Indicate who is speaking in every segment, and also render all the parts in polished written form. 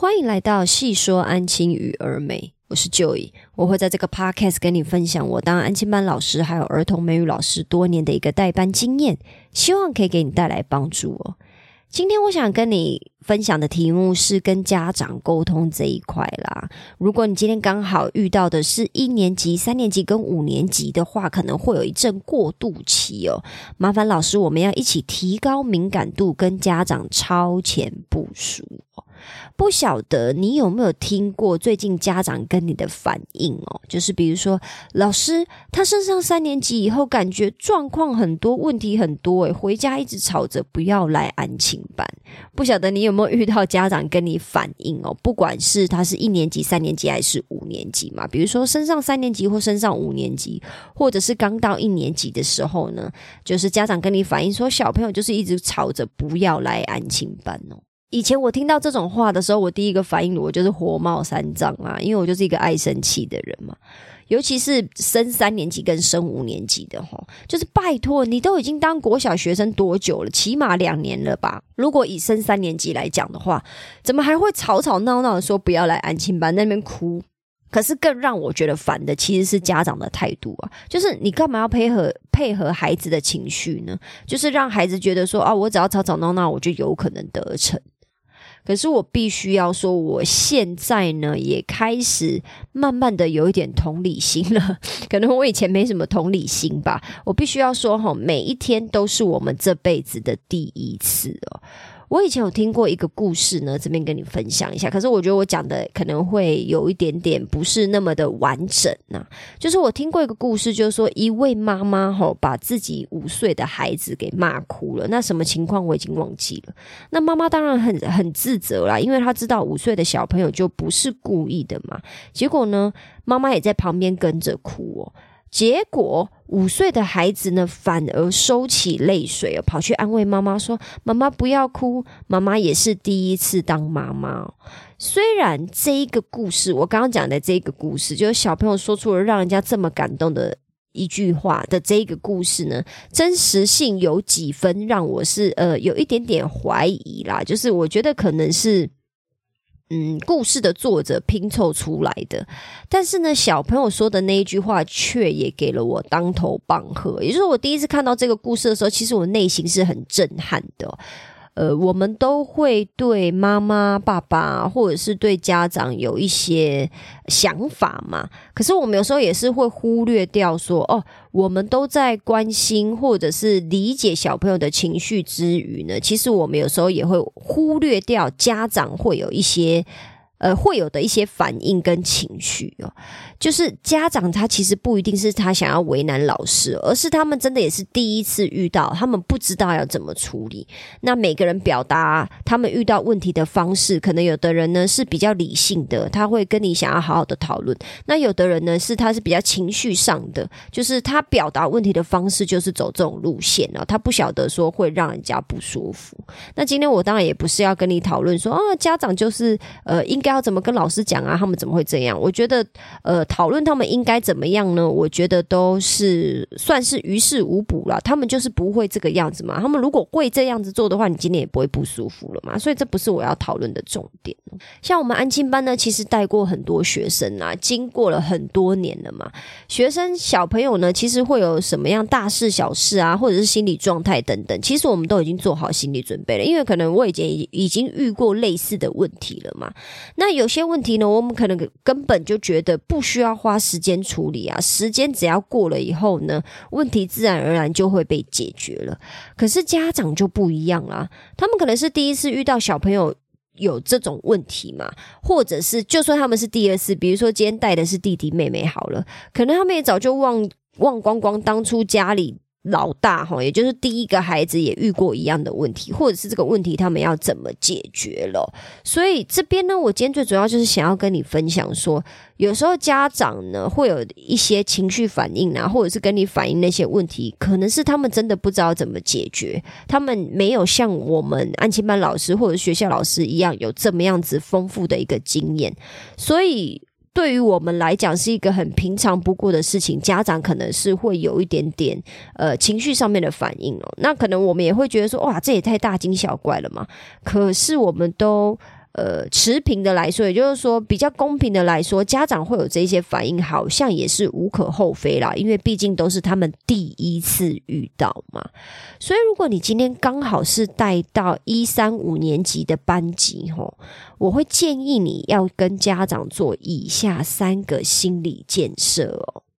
Speaker 1: 欢迎来到细说安亲与儿美，我是 Joy， 我会在这个 podcast 跟你分享我当安亲班老师还有儿童美语老师多年的一个带班经验，希望可以给你带来帮助哦。今天我想跟你分享的题目是跟家长沟通这一块啦。如果你今天刚好遇到的是1年级、3年级跟5年级的话，可能会有一阵过渡期哦。麻烦老师我们要一起提高敏感度，跟家长超前部署哦。不晓得你有没有听过最近家长跟你的反应哦？就是比如说，老师他升上3年级以后，感觉状况很多，问题很多回家一直吵着不要来安亲班。不晓得你有没有遇到家长跟你反应哦？不管是他是1年级、3年级还是5年级嘛，比如说升上3年级或升上5年级，或者是刚到1年级的时候呢，就是家长跟你反映说，小朋友就是一直吵着不要来安亲班哦。以前我听到这种话的时候，我第一个反应我就是火冒三丈啦，因为我就是一个爱生气的人嘛。尤其是升3年级跟升5年级的齁，就是拜托你都已经当国小学生多久了？起码2年了吧？如果以升3年级来讲的话，怎么还会吵吵闹闹的说不要来安亲班，在那边哭？可是更让我觉得烦的其实是家长的态度啊，就是你干嘛要配合孩子的情绪呢？就是让孩子觉得说我只要吵吵闹闹我就有可能得逞。可是我必须要说，我现在呢也开始慢慢的有一点同理心了，可能我以前没什么同理心吧。我必须要说每一天都是我们这辈子的第一次哦。我以前有听过一个故事呢，这边跟你分享一下，可是我觉得我讲的可能会有一点点不是那么的完整啊。就是我听过一个故事，就是说一位妈妈把自己5岁的孩子给骂哭了，那什么情况我已经忘记了。那妈妈当然很自责啦，因为她知道5岁的小朋友就不是故意的嘛。结果呢，妈妈也在旁边跟着哭哦。结果5岁的孩子呢，反而收起泪水跑去安慰妈妈说，妈妈不要哭，妈妈也是第一次当妈妈。虽然这一个故事，我刚刚讲的这个故事，就是小朋友说出了让人家这么感动的一句话的这个故事呢，真实性有几分让我是有一点点怀疑啦，就是我觉得可能是故事的作者拼凑出来的，但是呢，小朋友说的那一句话却也给了我当头棒喝。也就是我第一次看到这个故事的时候，其实我内心是很震撼的。我们都会对妈妈、爸爸或者是对家长有一些想法嘛，可是我们有时候也是会忽略掉说我们都在关心或者是理解小朋友的情绪之余呢，其实我们有时候也会忽略掉家长会有一些会有的一些反应跟情绪哦。就是家长他其实不一定是他想要为难老师，而是他们真的也是第一次遇到，他们不知道要怎么处理。那每个人表达他们遇到问题的方式，可能有的人呢是比较理性的，他会跟你想要好好的讨论，那有的人呢他是比较情绪上的，就是他表达问题的方式就是走这种路线他不晓得说会让人家不舒服。那今天我当然也不是要跟你讨论说家长就是应该要怎么跟老师讲他们怎么会这样。我觉得讨论他们应该怎么样呢，我觉得都是算是于事无补啦，他们就是不会这个样子嘛，他们如果会这样子做的话，你今天也不会不舒服了嘛，所以这不是我要讨论的重点。像我们安亲班呢，其实带过很多学生啦，经过了很多年了嘛，学生小朋友呢其实会有什么样大事小事啊，或者是心理状态等等，其实我们都已经做好心理准备了，因为可能我已经遇过类似的问题了嘛。那有些问题呢，我们可能根本就觉得不需要花时间处理啊，时间只要过了以后呢，问题自然而然就会被解决了。可是家长就不一样啦，他们可能是第一次遇到小朋友有这种问题嘛，或者是就算他们是第2次，比如说今天带的是弟弟妹妹好了，可能他们也早就忘光光当初家里老大也就是第一个孩子也遇过一样的问题，或者是这个问题他们要怎么解决了。所以这边呢，我今天最主要就是想要跟你分享说，有时候家长呢会有一些情绪反应啊，或者是跟你反映那些问题，可能是他们真的不知道怎么解决，他们没有像我们安亲班老师或者学校老师一样有这么样子丰富的一个经验，所以对于我们来讲是一个很平常不过的事情，家长可能是会有一点点情绪上面的反应那可能我们也会觉得说，哇，这也太大惊小怪了嘛。可是我们都持平的来说，也就是说比较公平的来说，家长会有这些反应好像也是无可厚非啦，因为毕竟都是他们第一次遇到嘛。所以如果你今天刚好是带到1、3、5年级的班级我会建议你要跟家长做以下3个心理建设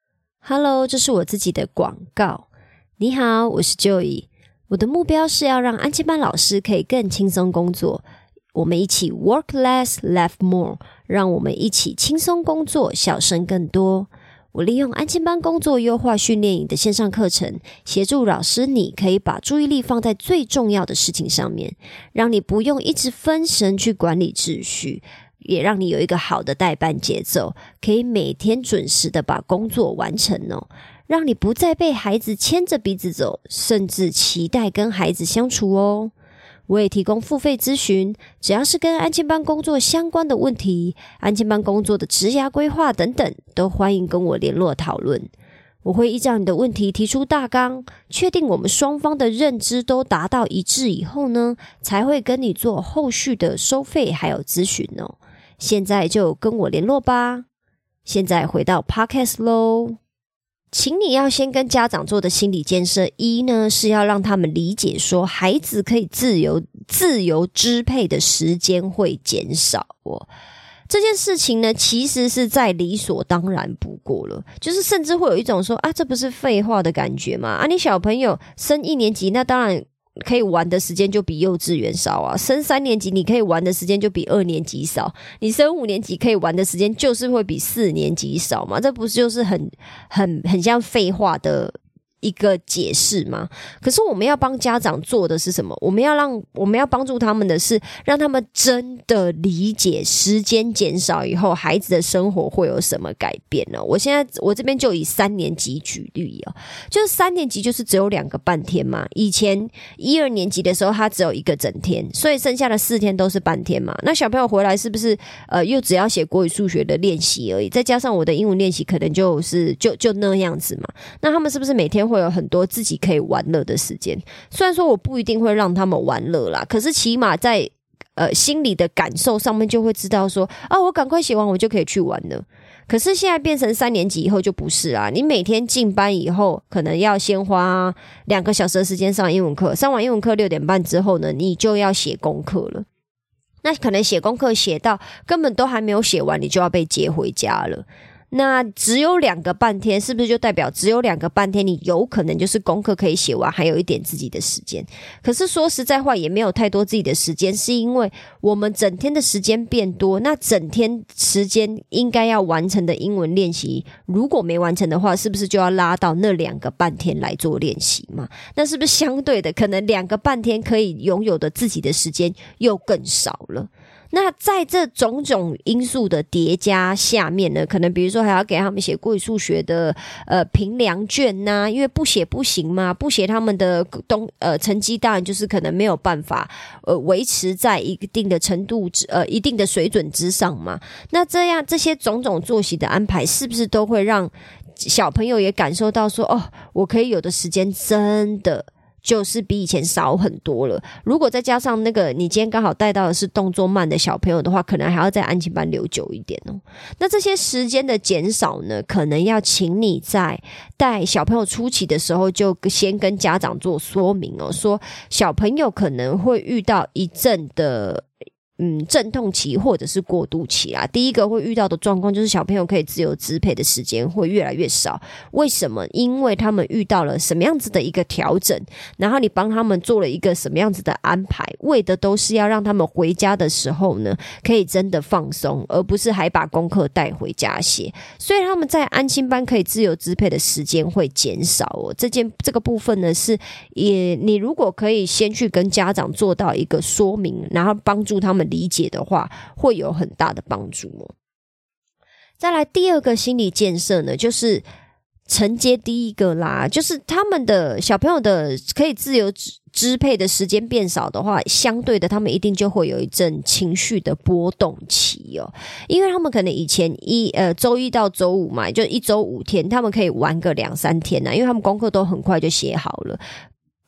Speaker 1: Hello， 这是我自己的广告。你好，我是 Joey， 我的目标是要让安亲班老师可以更轻松工作，我们一起 work less, laugh more， 让我们一起轻松工作，笑声更多。我利用安亲班工作优化训练营的线上课程，协助老师你可以把注意力放在最重要的事情上面，让你不用一直分神去管理秩序，也让你有一个好的代班节奏，可以每天准时的把工作完成让你不再被孩子牵着鼻子走，甚至期待跟孩子相处我也提供付费咨询，只要是跟安亲班工作相关的问题，安亲班工作的职涯规划等等，都欢迎跟我联络讨论。我会依照你的问题提出大纲，确定我们双方的认知都达到一致以后呢，才会跟你做后续的收费还有咨询现在就跟我联络吧。现在回到 Podcast 咯，请你要先跟家长做的心理建设一呢，是要让他们理解说孩子可以自由支配的时间会减少这件事情呢，其实是再理所当然不过了，就是甚至会有一种说这不是废话的感觉嘛你小朋友升1年级，那当然可以玩的时间就比幼稚园少升3年级你可以玩的时间就比2年级少，你升5年级可以玩的时间就是会比4年级少嘛，这不是就是很像废话的一个解释吗？可是我们要帮家长做的是什么？我们要帮助他们的是让他们真的理解时间减少以后孩子的生活会有什么改变我这边就以3年级举例就是3年级就是只有2个半天嘛，以前1、2年级的时候他只有1个整天，所以剩下的4天都是半天嘛。那小朋友回来是不是又只要写国语数学的练习而已，再加上我的英文练习可能就那样子嘛，那他们是不是每天会有很多自己可以玩乐的时间？虽然说我不一定会让他们玩乐啦，可是起码在心理的感受上面就会知道说我赶快写完我就可以去玩了。可是现在变成3年级以后就不是你每天进班以后可能要先花2个小时的时间上英文课，上完英文课6点半之后呢，你就要写功课了。那可能写功课写到根本都还没有写完，你就要被接回家了。那只有2个半天，是不是就代表只有2个半天你有可能就是功课可以写完，还有一点自己的时间？可是说实在话也没有太多自己的时间，是因为我们整天的时间变多，那整天时间应该要完成的英文练习如果没完成的话，是不是就要拉到那2个半天来做练习嘛？那是不是相对的可能2个半天可以拥有的自己的时间又更少了？那在这种种因素的叠加下面呢，可能比如说还要给他们写国语数学的评量卷因为不写不行嘛，不写他们的成绩当然就是可能没有办法维持在一定的程度一定的水准之上嘛。那这些种种作息的安排是不是都会让小朋友也感受到说我可以有的时间真的就是比以前少很多了。如果再加上那个你今天刚好带到的是动作慢的小朋友的话，可能还要在安亲班留久一点那这些时间的减少呢，可能要请你在带小朋友初期的时候就先跟家长做说明说小朋友可能会遇到一阵的阵痛期或者是过渡期第一个会遇到的状况就是小朋友可以自由支配的时间会越来越少。为什么？因为他们遇到了什么样子的一个调整，然后你帮他们做了一个什么样子的安排，为的都是要让他们回家的时候呢可以真的放松，而不是还把功课带回家写。所以他们在安亲班可以自由支配的时间会减少这个部分呢是你如果可以先去跟家长做到一个说明，然后帮助他们理解的话，会有很大的帮助再来第2个心理建设呢，就是承接第一个啦，就是他们的小朋友的可以自由支配的时间变少的话，相对的他们一定就会有一阵情绪的波动期因为他们可能以前周一到周五嘛，就1周5天，他们可以玩个2、3天因为他们功课都很快就写好了。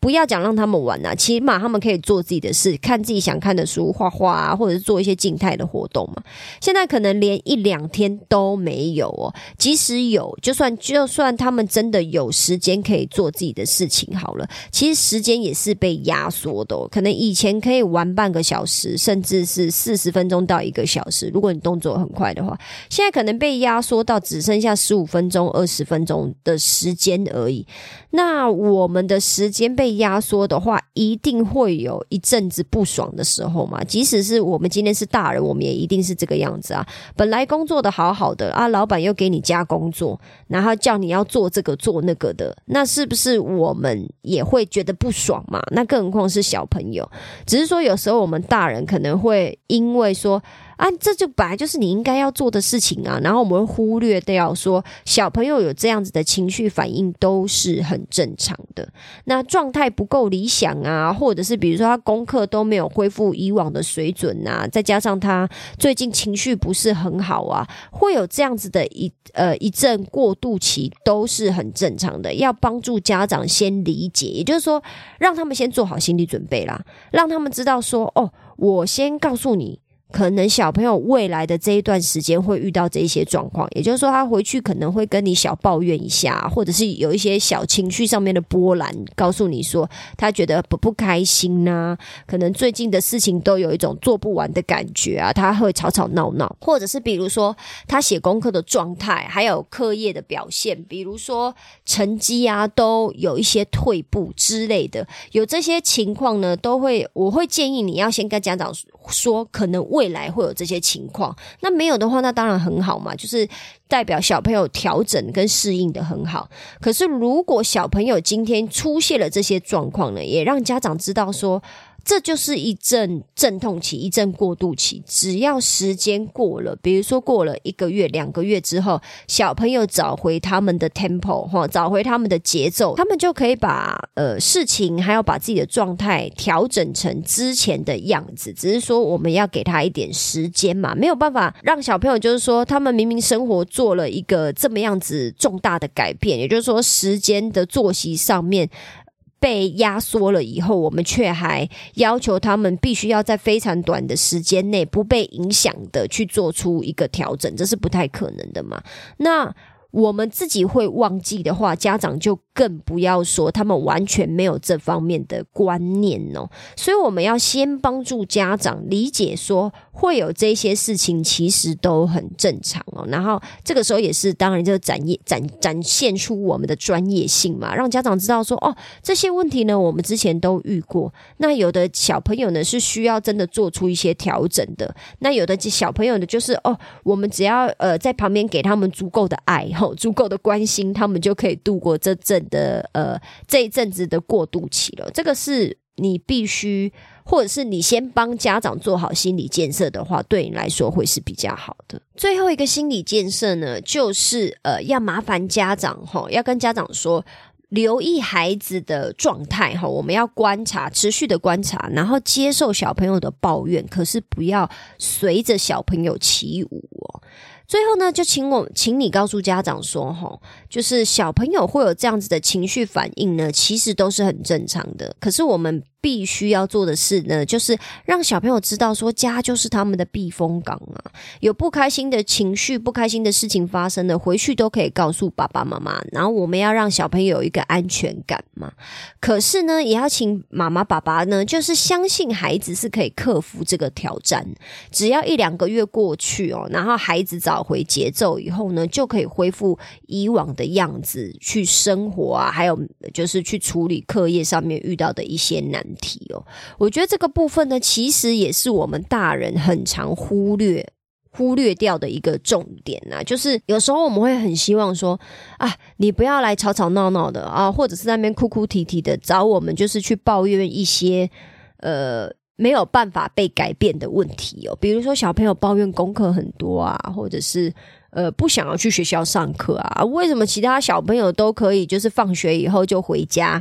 Speaker 1: 不要讲让他们玩啊，起码他们可以做自己的事，看自己想看的书，画画啊，或者是做一些静态的活动嘛。现在可能连1-2天都没有哦，即使有，就算他们真的有时间可以做自己的事情好了，其实时间也是被压缩的哦。可能以前可以玩半个小时，甚至是40分钟到1个小时，如果你动作很快的话，现在可能被压缩到只剩下15分钟、20分钟的时间而已。那我们的时间被压缩的话，一定会有一阵子不爽的时候嘛。即使是我们今天是大人，我们也一定是这个样子啊。本来工作的好好的啊，老板又给你加工作，然后叫你要做这个做那个的，那是不是我们也会觉得不爽嘛？那更何况是小朋友。只是说有时候我们大人可能会因为说啊，这就本来就是你应该要做的事情啊，然后我们会忽略掉说小朋友有这样子的情绪反应都是很正常的。那状态不够理想啊，或者是比如说他功课都没有恢复以往的水准啊，再加上他最近情绪不是很好啊，会有这样子的一阵过渡期都是很正常的。要帮助家长先理解，也就是说让他们先做好心理准备啦，让他们知道说哦，我先告诉你可能小朋友未来的这一段时间会遇到这些状况，也就是说他回去可能会跟你小抱怨一下，或者是有一些小情绪上面的波澜，告诉你说他觉得不开心啊，可能最近的事情都有一种做不完的感觉啊，他会吵吵闹闹，或者是比如说他写功课的状态，还有课业的表现，比如说成绩啊都有一些退步之类的，有这些情况呢，我会建议你要先跟家长说可能未来会有这些情况，那没有的话那当然很好嘛，就是代表小朋友调整跟适应的很好。可是如果小朋友今天出现了这些状况呢，也让家长知道说这就是一阵阵痛期，一阵过渡期，只要时间过了，比如说过了1个月、2个月之后，小朋友找回他们的 tempo， 找回他们的节奏，他们就可以把事情还有把自己的状态调整成之前的样子。只是说我们要给他一点时间嘛，没有办法让小朋友就是说他们明明生活做了一个这么样子重大的改变，也就是说时间的作息上面被压缩了以后，我们却还要求他们必须要在非常短的时间内不被影响的去做出一个调整，这是不太可能的嘛。那我们自己会忘记的话，家长就更不要说他们完全没有这方面的观念哦。所以我们要先帮助家长理解说会有这些事情其实都很正常哦。然后这个时候也是当然就展现出我们的专业性嘛，让家长知道说哦，这些问题呢我们之前都遇过，那有的小朋友呢是需要真的做出一些调整的，那有的小朋友呢就是哦，我们只要在旁边给他们足够的爱足够的关心，他们就可以度过这一阵子的过渡期了。这个是你必须，或者是你先帮家长做好心理建设的话，对你来说会是比较好的。最后一个心理建设呢，就是要麻烦家长要跟家长说，留意孩子的状态，我们要观察，持续的观察，然后接受小朋友的抱怨，可是不要随着小朋友起舞哦。最后呢，就请你告诉家长说就是小朋友会有这样子的情绪反应呢，其实都是很正常的。可是我们必须要做的事呢，就是让小朋友知道说家就是他们的避风港啊，有不开心的情绪、不开心的事情发生了，回去都可以告诉爸爸妈妈，然后我们要让小朋友有一个安全感嘛。可是呢，也要请妈妈爸爸呢，就是相信孩子是可以克服这个挑战，只要1-2个月过去然后孩子找回节奏以后呢，就可以恢复以往的样子去生活啊，还有就是去处理课业上面遇到的一些难题我觉得这个部分呢，其实也是我们大人很常忽略掉的一个重点啊，就是有时候我们会很希望说啊，你不要来吵吵闹闹的啊，或者是在那边哭哭啼啼的找我们，就是去抱怨一些没有办法被改变的问题比如说小朋友抱怨功课很多啊，或者是不想要去学校上课啊，为什么其他小朋友都可以就是放学以后就回家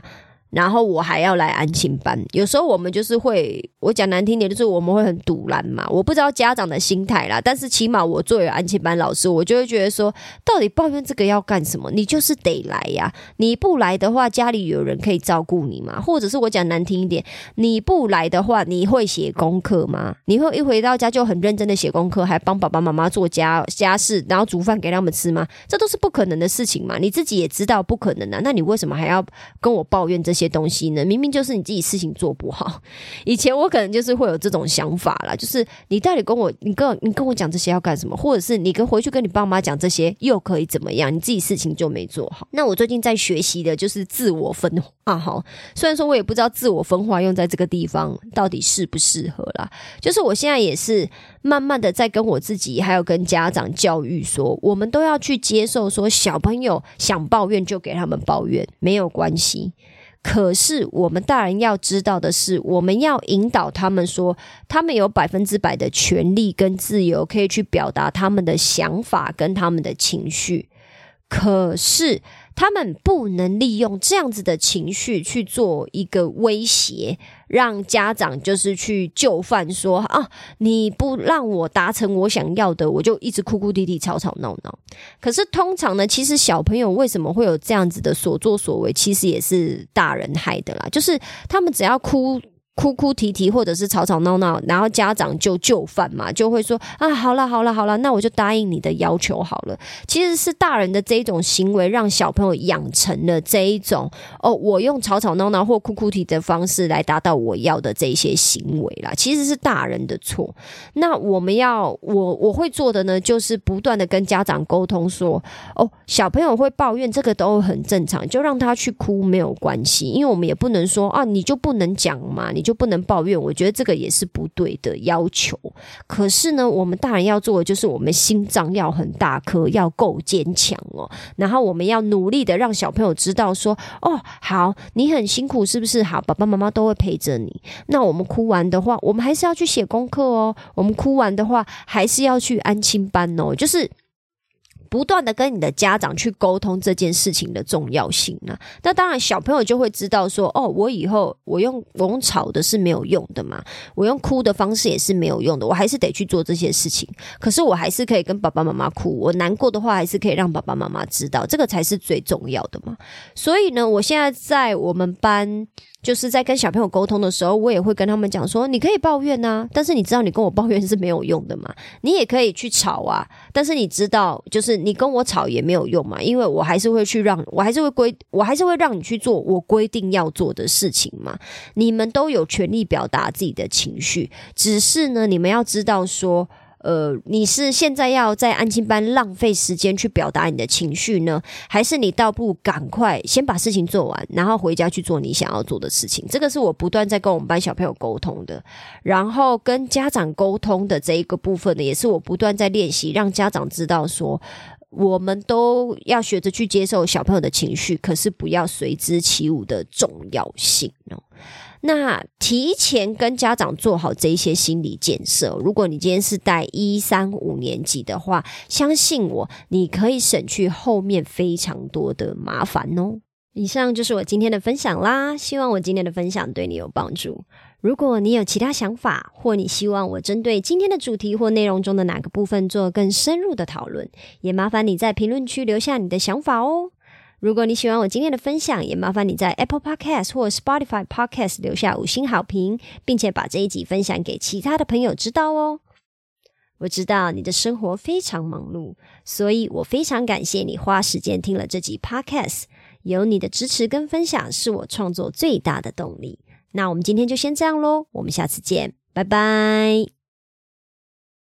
Speaker 1: 然后我还要来安亲班。有时候我们就是会，我讲难听点，就是我们会很堵拦嘛。我不知道家长的心态啦，但是起码我作为安亲班老师，我就会觉得说，到底抱怨这个要干什么？你就是得来呀，你不来的话，家里有人可以照顾你吗？或者是我讲难听一点，你不来的话，你会写功课吗？你会一回到家就很认真的写功课，还帮爸爸妈妈做家事，然后煮饭给他们吃吗？这都是不可能的事情嘛，你自己也知道不可能啊，那你为什么还要跟我抱怨这些东西呢？明明就是你自己事情做不好。以前我可能就是会有这种想法啦，就是你到底你跟我讲这些要干什么？或者是你回去跟你爸妈讲这些又可以怎么样？你自己事情就没做好。那我最近在学习的就是自我分化哈，虽然说我也不知道自我分化用在这个地方到底适不适合啦，就是我现在也是慢慢的在跟我自己还有跟家长教育说，我们都要去接受说小朋友想抱怨就给他们抱怨，没有关系。可是我们大人要知道的是，我们要引导他们说，他们有100%的权利跟自由可以去表达他们的想法跟他们的情绪，可是他们不能利用这样子的情绪去做一个威胁，让家长就是去就范说啊，你不让我达成我想要的，我就一直哭哭啼啼吵吵闹闹。可是通常呢，其实小朋友为什么会有这样子的所作所为，其实也是大人害的啦，就是他们只要哭哭啼啼或者是吵吵闹闹，然后家长就范嘛，就会说啊，好啦，那我就答应你的要求好了。其实是大人的这一种行为让小朋友养成了这一种我用吵吵闹闹或哭哭啼的方式来达到我要的这一些行为啦，其实是大人的错。那我会做的呢，就是不断的跟家长沟通说，小朋友会抱怨，这个都很正常，就让他去哭没有关系，因为我们也不能说啊，你就不能讲嘛，你就不能抱怨，我觉得这个也是不对的要求。可是呢，我们大人要做的就是我们心脏要很大颗，要够坚强然后我们要努力的让小朋友知道说，好，你很辛苦是不是？好，爸爸妈妈都会陪着你。那我们哭完的话，我们还是要去写功课我们哭完的话，还是要去安亲班就是不断的跟你的家长去沟通这件事情的重要性啊。那当然小朋友就会知道说，我以后我用吵的是没有用的嘛，我用哭的方式也是没有用的，我还是得去做这些事情。可是我还是可以跟爸爸妈妈哭，我难过的话还是可以让爸爸妈妈知道，这个才是最重要的嘛。所以呢，我现在在我们班就是在跟小朋友沟通的时候，我也会跟他们讲说，你可以抱怨啊，但是你知道你跟我抱怨是没有用的嘛，你也可以去吵啊，但是你知道就是你跟我吵也没有用嘛，因为我还是会让你去做我规定要做的事情嘛。你们都有权利表达自己的情绪，只是呢，你们要知道说你是现在要在安亲班浪费时间去表达你的情绪呢，还是你倒不如赶快先把事情做完，然后回家去做你想要做的事情。这个是我不断在跟我们班小朋友沟通的，然后跟家长沟通的这一个部分呢，也是我不断在练习，让家长知道说，我们都要学着去接受小朋友的情绪，可是不要随之起舞的重要性那提前跟家长做好这一些心理建设，如果你今天是带1、3、5年级的话，相信我，你可以省去后面非常多的麻烦以上就是我今天的分享啦，希望我今天的分享对你有帮助。如果你有其他想法，或你希望我针对今天的主题或内容中的哪个部分做更深入的讨论，也麻烦你在评论区留下你的想法如果你喜欢我今天的分享，也麻烦你在 Apple Podcast 或 Spotify Podcast 留下5星好评，并且把这一集分享给其他的朋友知道我知道你的生活非常忙碌，所以我非常感谢你花时间听了这集 Podcast， 有你的支持跟分享是我创作最大的动力。那我们今天就先这样咯，我们下次见，拜拜。